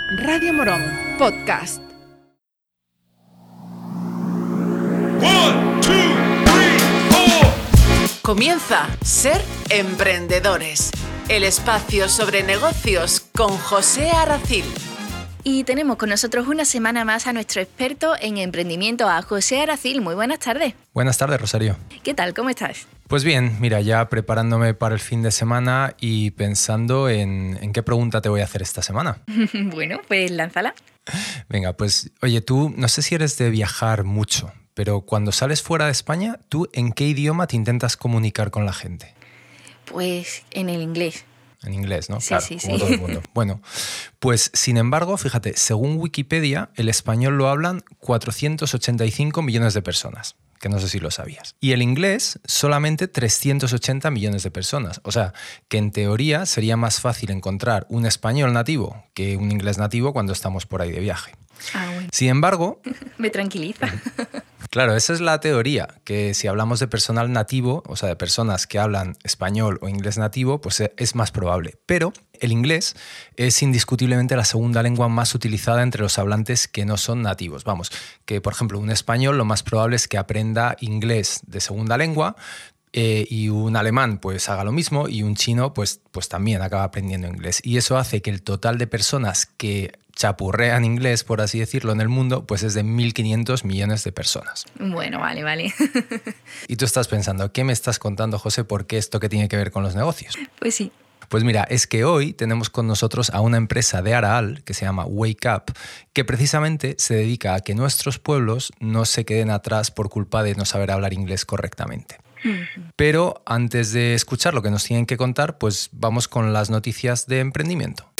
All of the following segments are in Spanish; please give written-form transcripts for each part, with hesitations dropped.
Radio Morón Podcast. 1, 2, 3, 4. Comienza Ser Emprendedores, el espacio sobre negocios con José Aracil. Y tenemos con nosotros una semana más a nuestro experto en emprendimiento, a José Aracil. Muy buenas tardes. Buenas tardes, Rosario. ¿Qué tal? ¿Cómo estás? Pues bien, mira, ya preparándome para el fin de semana y pensando en qué pregunta te voy a hacer esta semana. Bueno, pues lánzala. Venga, pues oye, tú no sé si eres de viajar mucho, pero cuando sales fuera de España, ¿tú en qué idioma te intentas comunicar con la gente? Pues en el inglés. En inglés, ¿no? Sí, claro, sí, como sí. todo el mundo. Bueno, pues sin embargo, fíjate, según Wikipedia, el español lo hablan 485 millones de personas, que no sé si lo sabías. Y el inglés, solamente 380 millones de personas. O sea, que en teoría sería más fácil encontrar un español nativo que un inglés nativo cuando estamos por ahí de viaje. Ah, bueno. Sin embargo, Me tranquiliza. claro, esa es la teoría, que si hablamos de personal nativo, o sea, de personas que hablan español o inglés nativo, pues es más probable. Pero el inglés es indiscutiblemente la segunda lengua más utilizada entre los hablantes que no son nativos. Vamos, que por ejemplo un español lo más probable es que aprenda inglés de segunda lengua, y un alemán pues haga lo mismo y un chino pues también acaba aprendiendo inglés. Y eso hace que el total de personas que chapurrean inglés, por así decirlo, en el mundo, pues es de 1.500 millones de personas. Bueno, vale. Y tú estás pensando, ¿qué me estás contando, José? ¿Por qué esto que tiene que ver con los negocios? Pues sí. Pues mira, es que hoy tenemos con nosotros a una empresa de Araal que se llama Wake Up, que precisamente se dedica a que nuestros pueblos no se queden atrás por culpa de no saber hablar inglés correctamente. Pero antes de escuchar lo que nos tienen que contar, pues vamos con las noticias de emprendimiento.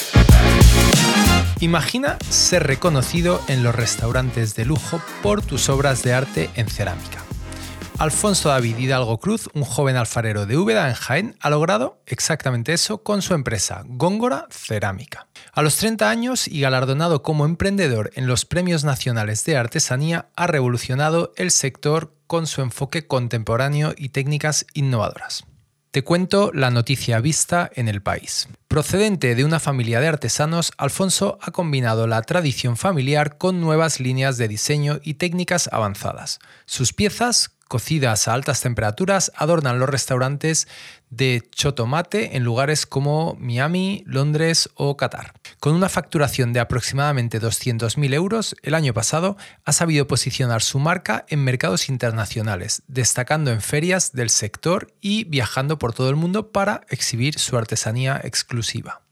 Imagina ser reconocido en los restaurantes de lujo por tus obras de arte en cerámica. Alfonso David Hidalgo Cruz, un joven alfarero de Úbeda en Jaén, ha logrado exactamente eso con su empresa, Góngora Cerámica. A los 30 años y galardonado como emprendedor en los Premios Nacionales de Artesanía, ha revolucionado el sector con su enfoque contemporáneo y técnicas innovadoras. Te cuento la noticia vista en El País. Procedente de una familia de artesanos, Alfonso ha combinado la tradición familiar con nuevas líneas de diseño y técnicas avanzadas. Sus piezas, cocidas a altas temperaturas, adornan los restaurantes de Chotomate en lugares como Miami, Londres o Qatar. Con una facturación de aproximadamente 200.000 euros, el año pasado ha sabido posicionar su marca en mercados internacionales, destacando en ferias del sector y viajando por todo el mundo para exhibir su artesanía exclusiva.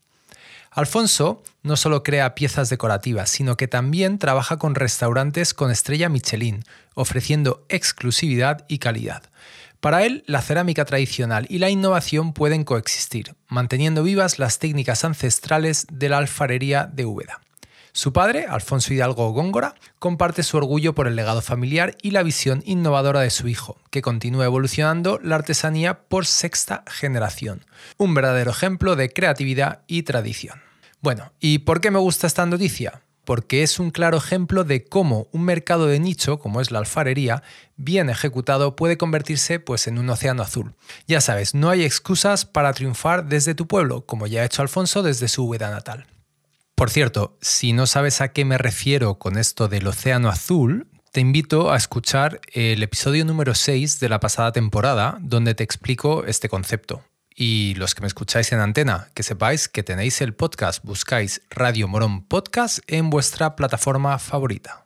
Alfonso no solo crea piezas decorativas, sino que también trabaja con restaurantes con estrella Michelin, ofreciendo exclusividad y calidad. Para él, la cerámica tradicional y la innovación pueden coexistir, manteniendo vivas las técnicas ancestrales de la alfarería de Úbeda. Su padre, Alfonso Hidalgo Góngora, comparte su orgullo por el legado familiar y la visión innovadora de su hijo, que continúa evolucionando la artesanía por sexta generación. Un verdadero ejemplo de creatividad y tradición. Bueno, ¿y por qué me gusta esta noticia? Porque es un claro ejemplo de cómo un mercado de nicho, como es la alfarería, bien ejecutado puede convertirse pues, en un océano azul. Ya sabes, no hay excusas para triunfar desde tu pueblo, como ya ha hecho Alfonso desde su Úbeda natal. Por cierto, si no sabes a qué me refiero con esto del océano azul, te invito a escuchar el episodio número 6 de la pasada temporada, donde te explico este concepto. Y los que me escucháis en antena, que sepáis que tenéis el podcast, buscáis Radio Morón Podcast en vuestra plataforma favorita.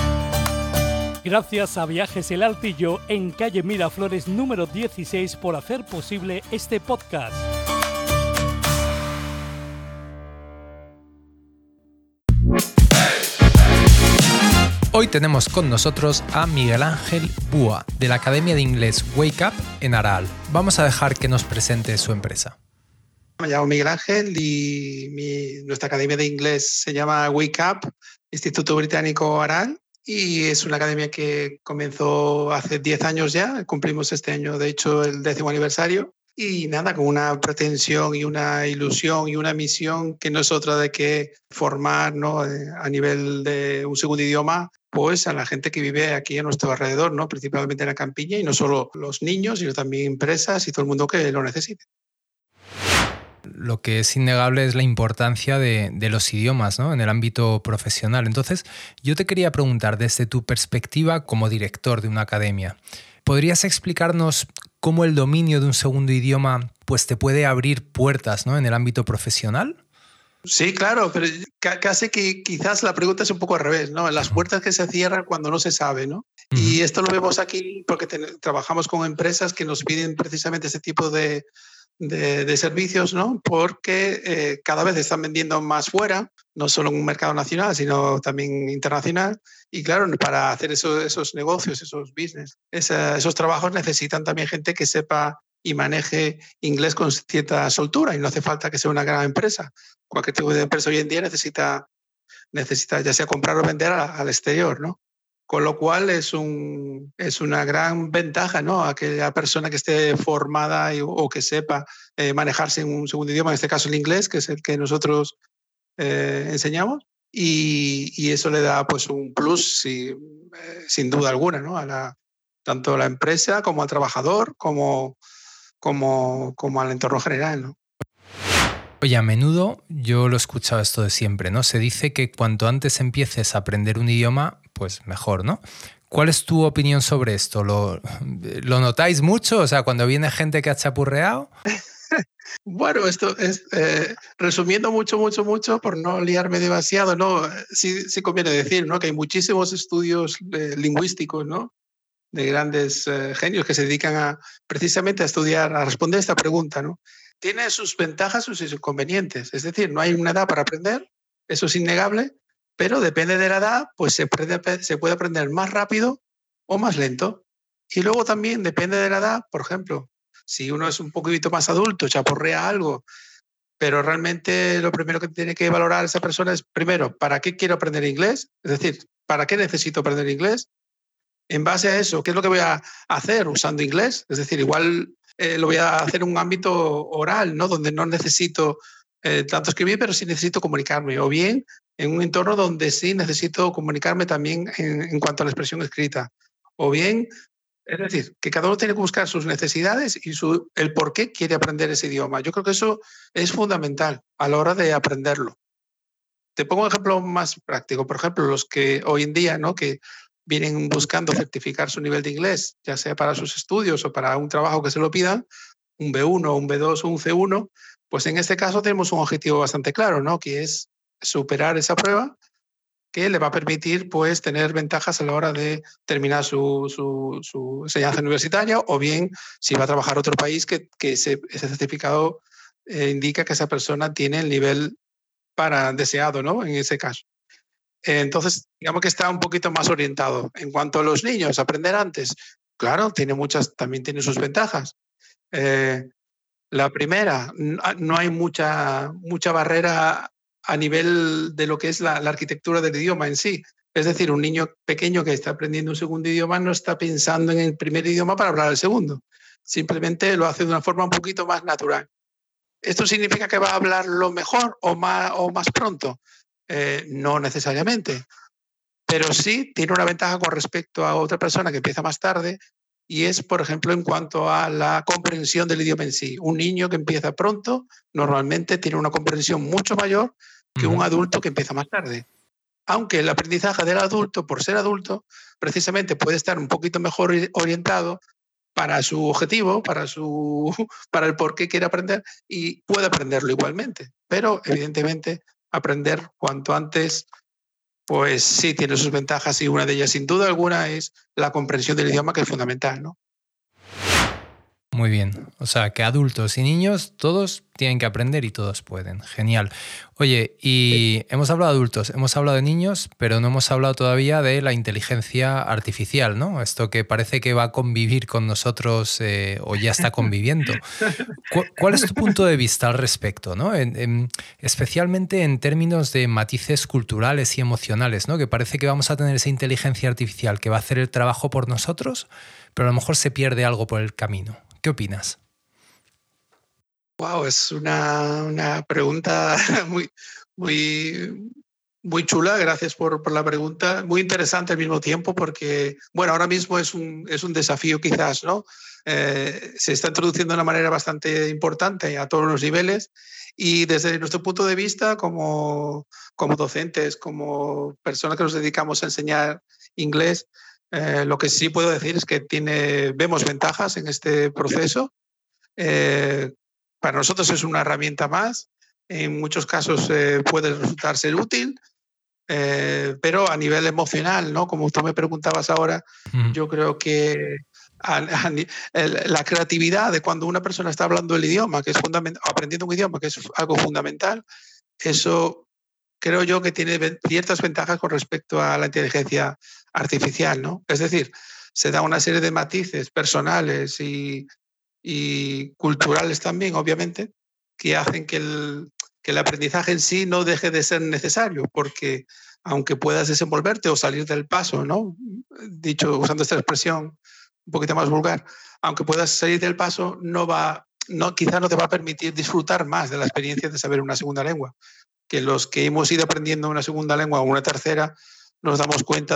Gracias a Viajes El Altillo en calle Miraflores número 16 por hacer posible este podcast. Hoy tenemos con nosotros a Miguel Ángel Búa, de la Academia de Inglés Wake Up en Araal. Vamos a dejar que nos presente su empresa. Me llamo Miguel Ángel y nuestra academia de inglés se llama Wake Up, Instituto Británico Araal, y es una academia que comenzó hace 10 años ya. Cumplimos este año, de hecho, el 10º aniversario. Y nada, con una pretensión y una ilusión y una misión que no es otra de que formar, ¿no?, a nivel de un segundo idioma, pues a la gente que vive aquí a nuestro alrededor, ¿no?, principalmente en la campiña, y no solo los niños, sino también empresas y todo el mundo que lo necesite. lo que es innegable es la importancia de los idiomas, ¿no? En el ámbito profesional. Entonces, yo te quería preguntar, desde tu perspectiva como director de una academia, ¿podrías explicarnos cómo el dominio de un segundo idioma pues, te puede abrir puertas, ¿no? En el ámbito profesional? Sí, claro, pero casi que quizás la pregunta es un poco al revés, ¿no? Las puertas que se cierran cuando no se sabe, ¿no? Y esto lo vemos aquí porque trabajamos con empresas que nos piden precisamente ese tipo de servicios, ¿no? Porque cada vez están vendiendo más fuera, no solo en un mercado nacional, sino también internacional. Y claro, para hacer esos negocios, esos business, esos trabajos necesitan también gente que sepa y maneje inglés con cierta soltura, y no hace falta que sea una gran empresa. Cualquier tipo de empresa hoy en día necesita ya sea comprar o vender al exterior, ¿no? Con lo cual es una gran ventaja, ¿no? Aquella persona que esté formada o que sepa manejarse en un segundo idioma, en este caso el inglés, que es el que nosotros enseñamos, y eso le da pues un plus sin duda alguna, ¿no? Tanto a la empresa como al trabajador, como al entorno general, ¿no? Oye, a menudo yo lo he escuchado esto de siempre, ¿no? Se dice que cuanto antes empieces a aprender un idioma, pues mejor, ¿no? ¿Cuál es tu opinión sobre esto? ¿Lo notáis mucho? O sea, cuando viene gente que ha chapurreado. Bueno, esto es resumiendo mucho, por no liarme demasiado, ¿no? Sí conviene decir, ¿no? Que hay muchísimos estudios lingüísticos, ¿no? De grandes genios que se dedican precisamente a estudiar, a responder esta pregunta, ¿no? Tiene sus ventajas y sus inconvenientes. Es decir, no hay una edad para aprender, eso es innegable, pero depende de la edad, pues se puede aprender más rápido o más lento. Y luego también depende de la edad, por ejemplo, si uno es un poquito más adulto, chapurrea algo, pero realmente lo primero que tiene que valorar esa persona es, primero, ¿para qué quiero aprender inglés? Es decir, ¿para qué necesito aprender inglés? En base a eso, ¿qué es lo que voy a hacer usando inglés? Es decir, igual lo voy a hacer en un ámbito oral, ¿no? Donde no necesito tanto escribir, pero sí necesito comunicarme. O bien en un entorno donde sí necesito comunicarme también en cuanto a la expresión escrita. O bien, es decir, que cada uno tiene que buscar sus necesidades y el por qué quiere aprender ese idioma. Yo creo que eso es fundamental a la hora de aprenderlo. Te pongo un ejemplo más práctico. Por ejemplo, los que hoy en día, ¿no? Que vienen buscando certificar su nivel de inglés, ya sea para sus estudios o para un trabajo que se lo pidan, un B1, un B2 o un C1, pues en este caso tenemos un objetivo bastante claro, ¿no? Que es superar esa prueba que le va a permitir pues, tener ventajas a la hora de terminar su enseñanza universitaria, o bien si va a trabajar a otro país que ese certificado indica que esa persona tiene el nivel deseado, ¿no? En ese caso. Entonces, digamos que está un poquito más orientado. En cuanto a los niños, aprender antes, claro, también tiene sus ventajas. La primera, no hay mucha barrera a nivel de lo que es la arquitectura del idioma en sí. Es decir, un niño pequeño que está aprendiendo un segundo idioma no está pensando en el primer idioma para hablar el segundo. Simplemente lo hace de una forma un poquito más natural. ¿Esto significa que va a hablarlo mejor o más pronto? No necesariamente, pero sí tiene una ventaja con respecto a otra persona que empieza más tarde, y es, por ejemplo, en cuanto a la comprensión del idioma en sí. Un niño que empieza pronto normalmente tiene una comprensión mucho mayor que un adulto que empieza más tarde. Aunque el aprendizaje del adulto, por ser adulto, precisamente puede estar un poquito mejor orientado para su objetivo, para el por qué quiere aprender, y puede aprenderlo igualmente. Pero, evidentemente, aprender cuanto antes, pues sí tiene sus ventajas, y una de ellas, sin duda alguna, es la comprensión del idioma, que es fundamental, ¿no? Muy bien. O sea, que adultos y niños, todos tienen que aprender y todos pueden. Genial. Oye, y hemos hablado de adultos, hemos hablado de niños, pero no hemos hablado todavía de la inteligencia artificial, ¿no? Esto que parece que va a convivir con nosotros o ya está conviviendo. ¿Cuál es tu punto de vista al respecto, ¿no? Especialmente en términos de matices culturales y emocionales, ¿no? Que parece que vamos a tener esa inteligencia artificial que va a hacer el trabajo por nosotros, pero a lo mejor se pierde algo por el camino. ¿Qué opinas? Wow, es una pregunta muy Muy chula, gracias por la pregunta. Muy interesante al mismo tiempo porque, bueno, ahora mismo es un desafío quizás, ¿no? Se está introduciendo de una manera bastante importante a todos los niveles y desde nuestro punto de vista como docentes, como personas que nos dedicamos a enseñar inglés, lo que sí puedo decir es que vemos ventajas en este proceso. Para nosotros es una herramienta más. En muchos casos puede resultar ser útil, pero a nivel emocional, ¿no? Como tú me preguntabas ahora, yo creo que la creatividad de cuando una persona está hablando el idioma, que es aprendiendo un idioma, que es algo fundamental, eso creo yo que tiene ciertas ventajas con respecto a la inteligencia artificial, ¿no? Es decir, se da una serie de matices personales y culturales también, obviamente, que hacen que el aprendizaje en sí no deje de ser necesario, porque aunque puedas desenvolverte o salir del paso, ¿no? Dicho usando esta expresión un poquito más vulgar, aunque puedas salir del paso, quizá no te va a permitir disfrutar más de la experiencia de saber una segunda lengua. Que los que hemos ido aprendiendo una segunda lengua o una tercera nos damos cuenta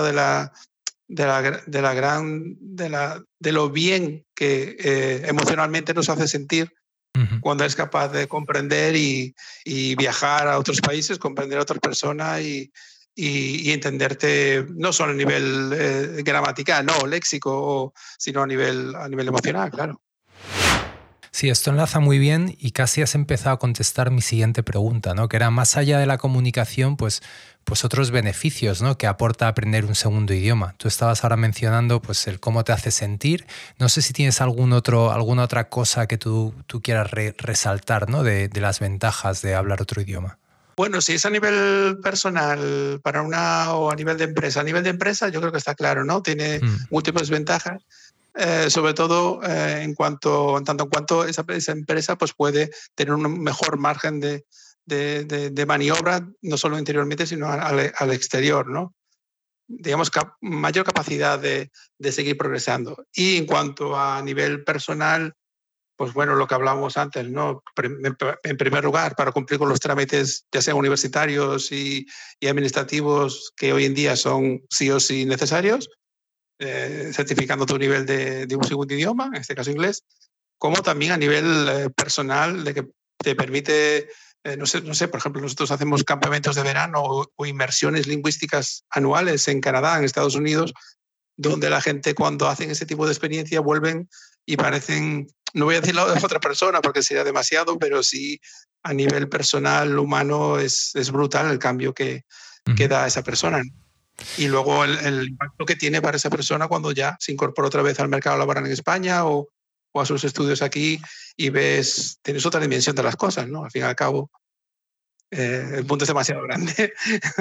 de lo bien que emocionalmente nos hace sentir cuando es capaz de comprender y viajar a otros países, comprender a otras personas y entenderte no solo a nivel gramatical, no, léxico, sino a nivel emocional, claro. Sí, esto enlaza muy bien y casi has empezado a contestar mi siguiente pregunta, ¿no? Que era más allá de la comunicación, pues otros beneficios, ¿no? Que aporta aprender un segundo idioma. Tú estabas ahora mencionando pues, el cómo te hace sentir. No sé si tienes alguna otra cosa que tú quieras resaltar, ¿no? de las ventajas de hablar otro idioma. Bueno, si es a nivel personal o a nivel de empresa. A nivel de empresa yo creo que está claro, ¿no? Tiene múltiples ventajas. Sobre todo en tanto en cuanto esa empresa pues puede tener un mejor margen de maniobra, no solo interiormente, sino al exterior, ¿no? Digamos, mayor capacidad de seguir progresando. Y en cuanto a nivel personal, pues bueno, lo que hablábamos antes, ¿no? En primer lugar, para cumplir con los trámites, ya sean universitarios y administrativos, que hoy en día son sí o sí necesarios, certificando tu nivel de un segundo idioma, en este caso inglés, como también a nivel personal, de que te permite, no sé, por ejemplo, nosotros hacemos campamentos de verano o inmersiones lingüísticas anuales en Canadá, en Estados Unidos, donde la gente cuando hacen ese tipo de experiencia vuelven y parecen, no voy a decir la otra persona porque sería demasiado, pero sí a nivel personal, humano, es brutal el cambio que da esa persona. Y luego el impacto que tiene para esa persona cuando ya se incorpora otra vez al mercado laboral en España o a sus estudios aquí y tienes otra dimensión de las cosas, ¿no? Al fin y al cabo, el punto es demasiado grande.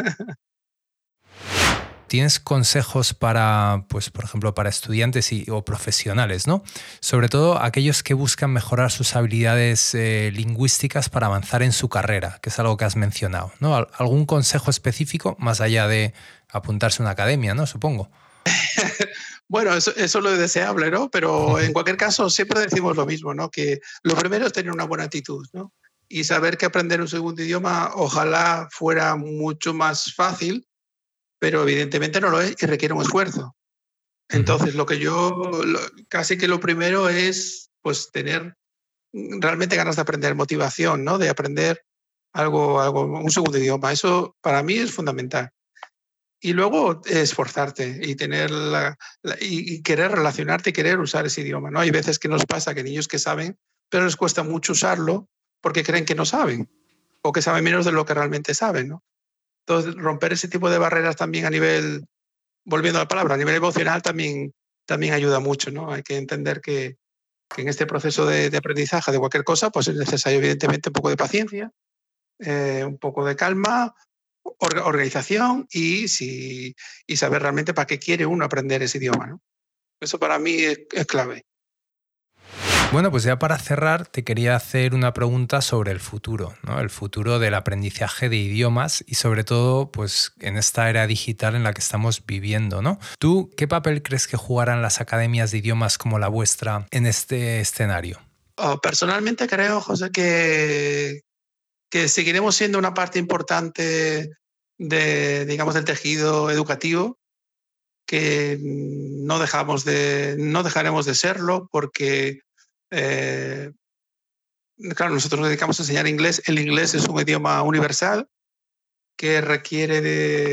¿Tienes consejos para, pues, por ejemplo, para estudiantes o profesionales, ¿no? Sobre todo aquellos que buscan mejorar sus habilidades lingüísticas para avanzar en su carrera, que es algo que has mencionado, ¿no? ¿Algún consejo específico más allá de apuntarse a una academia, ¿no? Supongo. Bueno, eso es lo deseable, ¿no? Pero en cualquier caso siempre decimos lo mismo, ¿no? Que lo primero es tener una buena actitud, ¿no? Y saber que aprender un segundo idioma ojalá fuera mucho más fácil, pero evidentemente no lo es y requiere un esfuerzo. Entonces, casi que lo primero es pues tener realmente ganas de aprender, motivación, ¿no? De aprender un segundo idioma. Eso para mí es fundamental. Y luego esforzarte y y querer relacionarte y querer usar ese idioma, ¿no? Hay veces que nos pasa que niños que saben, pero les cuesta mucho usarlo porque creen que no saben o que saben menos de lo que realmente saben, ¿no? Entonces, romper ese tipo de barreras también volviendo a la palabra, a nivel emocional también ayuda mucho, ¿no? Hay que entender que en este proceso de aprendizaje de cualquier cosa, pues es necesario evidentemente un poco de paciencia, un poco de calma, organización y saber realmente para qué quiere uno aprender ese idioma, ¿no? Eso para mí es clave. Bueno, pues ya para cerrar te quería hacer una pregunta sobre el futuro, ¿no? El futuro del aprendizaje de idiomas y sobre todo pues, en esta era digital en la que estamos viviendo, ¿no? ¿Tú qué papel crees que jugarán las academias de idiomas como la vuestra en este escenario? Personalmente creo, José, que seguiremos siendo una parte importante digamos, del tejido educativo, que no dejaremos de serlo porque, claro, nosotros nos dedicamos a enseñar inglés. El inglés es un idioma universal que requiere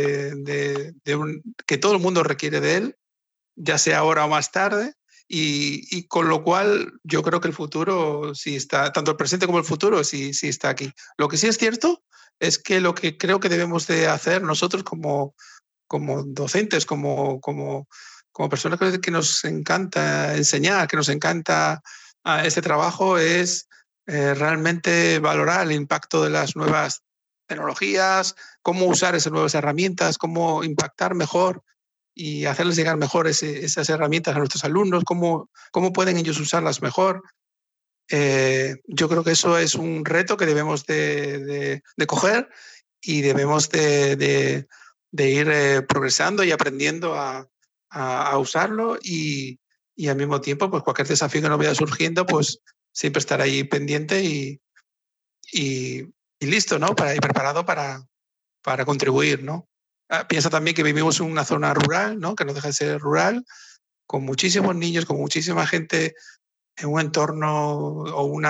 que todo el mundo requiere de él, ya sea ahora o más tarde, y con lo cual yo creo que el futuro sí está, tanto el presente como el futuro sí está aquí. Lo que sí es cierto es que lo que creo que debemos de hacer nosotros como docentes, como personas que nos encanta enseñar, que nos encanta este trabajo, es realmente valorar el impacto de las nuevas tecnologías, cómo usar esas nuevas herramientas, cómo impactar mejor y hacerles llegar mejor esas herramientas a nuestros alumnos, cómo pueden ellos usarlas mejor. Yo creo que eso es un reto que debemos de coger y debemos de ir progresando y aprendiendo a usarlo y al mismo tiempo, pues cualquier desafío que nos vaya surgiendo, pues siempre estar ahí pendiente y listo, ¿no? Y preparado para contribuir, ¿no? Piensa también que vivimos en una zona rural, ¿no? Que no deja de ser rural, con muchísimos niños, con muchísima gente en un entorno o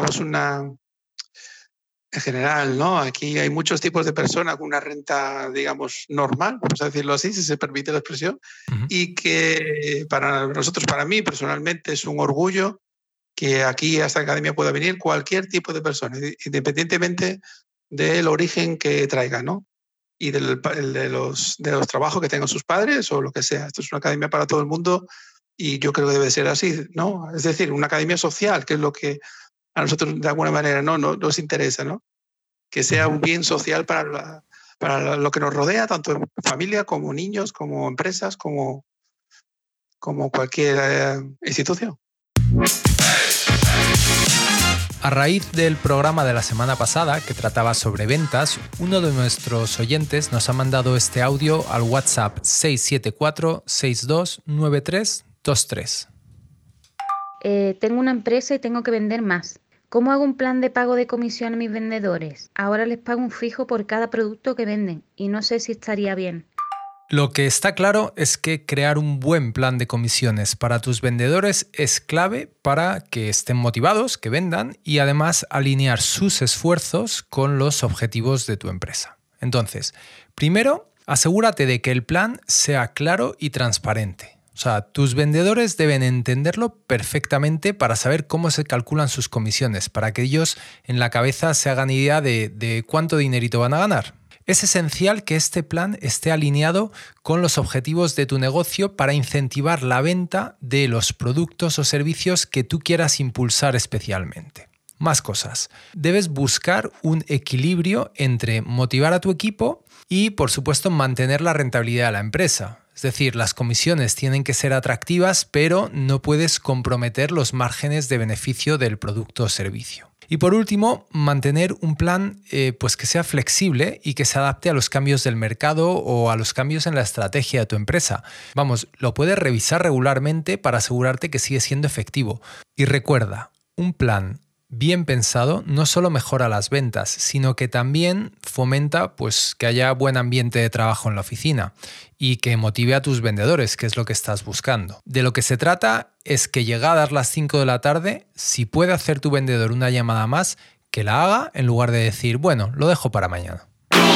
en general, ¿no? Aquí hay muchos tipos de personas con una renta, digamos, normal, vamos a decirlo así, si se permite la expresión, y que para nosotros, para mí personalmente, es un orgullo que aquí a esta academia pueda venir cualquier tipo de persona, independientemente del origen que traiga, ¿no? Y de los trabajos que tengan sus padres o lo que sea. Esto es una academia para todo el mundo y yo creo que debe ser así, ¿no? Es decir, una academia social, que es lo que a nosotros de alguna manera no nos interesa, ¿no? Que sea un bien social para lo que nos rodea, tanto en familia como niños, como empresas, como cualquier institución. A raíz del programa de la semana pasada que trataba sobre ventas, uno de nuestros oyentes nos ha mandado este audio al WhatsApp 674-629323. Tengo una empresa y tengo que vender más. ¿Cómo hago un plan de pago de comisión a mis vendedores? Ahora les pago un fijo por cada producto que venden y no sé si estaría bien. Lo que está claro es que crear un buen plan de comisiones para tus vendedores es clave para que estén motivados, que vendan y además alinear sus esfuerzos con los objetivos de tu empresa. Entonces, primero, asegúrate de que el plan sea claro y transparente. O sea, tus vendedores deben entenderlo perfectamente para saber cómo se calculan sus comisiones, para que ellos en la cabeza se hagan idea de cuánto dinerito van a ganar. Es esencial que este plan esté alineado con los objetivos de tu negocio para incentivar la venta de los productos o servicios que tú quieras impulsar especialmente. Más cosas. Debes buscar un equilibrio entre motivar a tu equipo y, por supuesto, mantener la rentabilidad de la empresa. Es decir, las comisiones tienen que ser atractivas, pero no puedes comprometer los márgenes de beneficio del producto o servicio. Y por último, mantener un plan pues que sea flexible y que se adapte a los cambios del mercado o a los cambios en la estrategia de tu empresa. Vamos, lo puedes revisar regularmente para asegurarte que sigue siendo efectivo. Y recuerda, un plan bien pensado no solo mejora las ventas, sino que también fomenta pues, que haya buen ambiente de trabajo en la oficina y que motive a tus vendedores, que es lo que estás buscando. De lo que se trata es que llegadas las 5 de la tarde, si puede hacer tu vendedor una llamada más, que la haga en lugar de decir, bueno, lo dejo para mañana.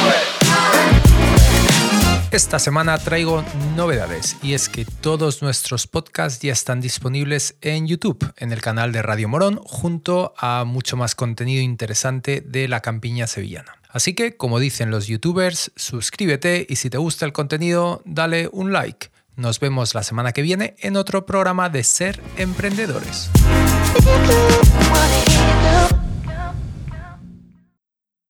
Esta semana traigo novedades y es que todos nuestros podcasts ya están disponibles en YouTube, en el canal de Radio Morón, junto a mucho más contenido interesante de la campiña sevillana. Así que, como dicen los youtubers, suscríbete y si te gusta el contenido, dale un like. Nos vemos la semana que viene en otro programa de Ser Emprendedores.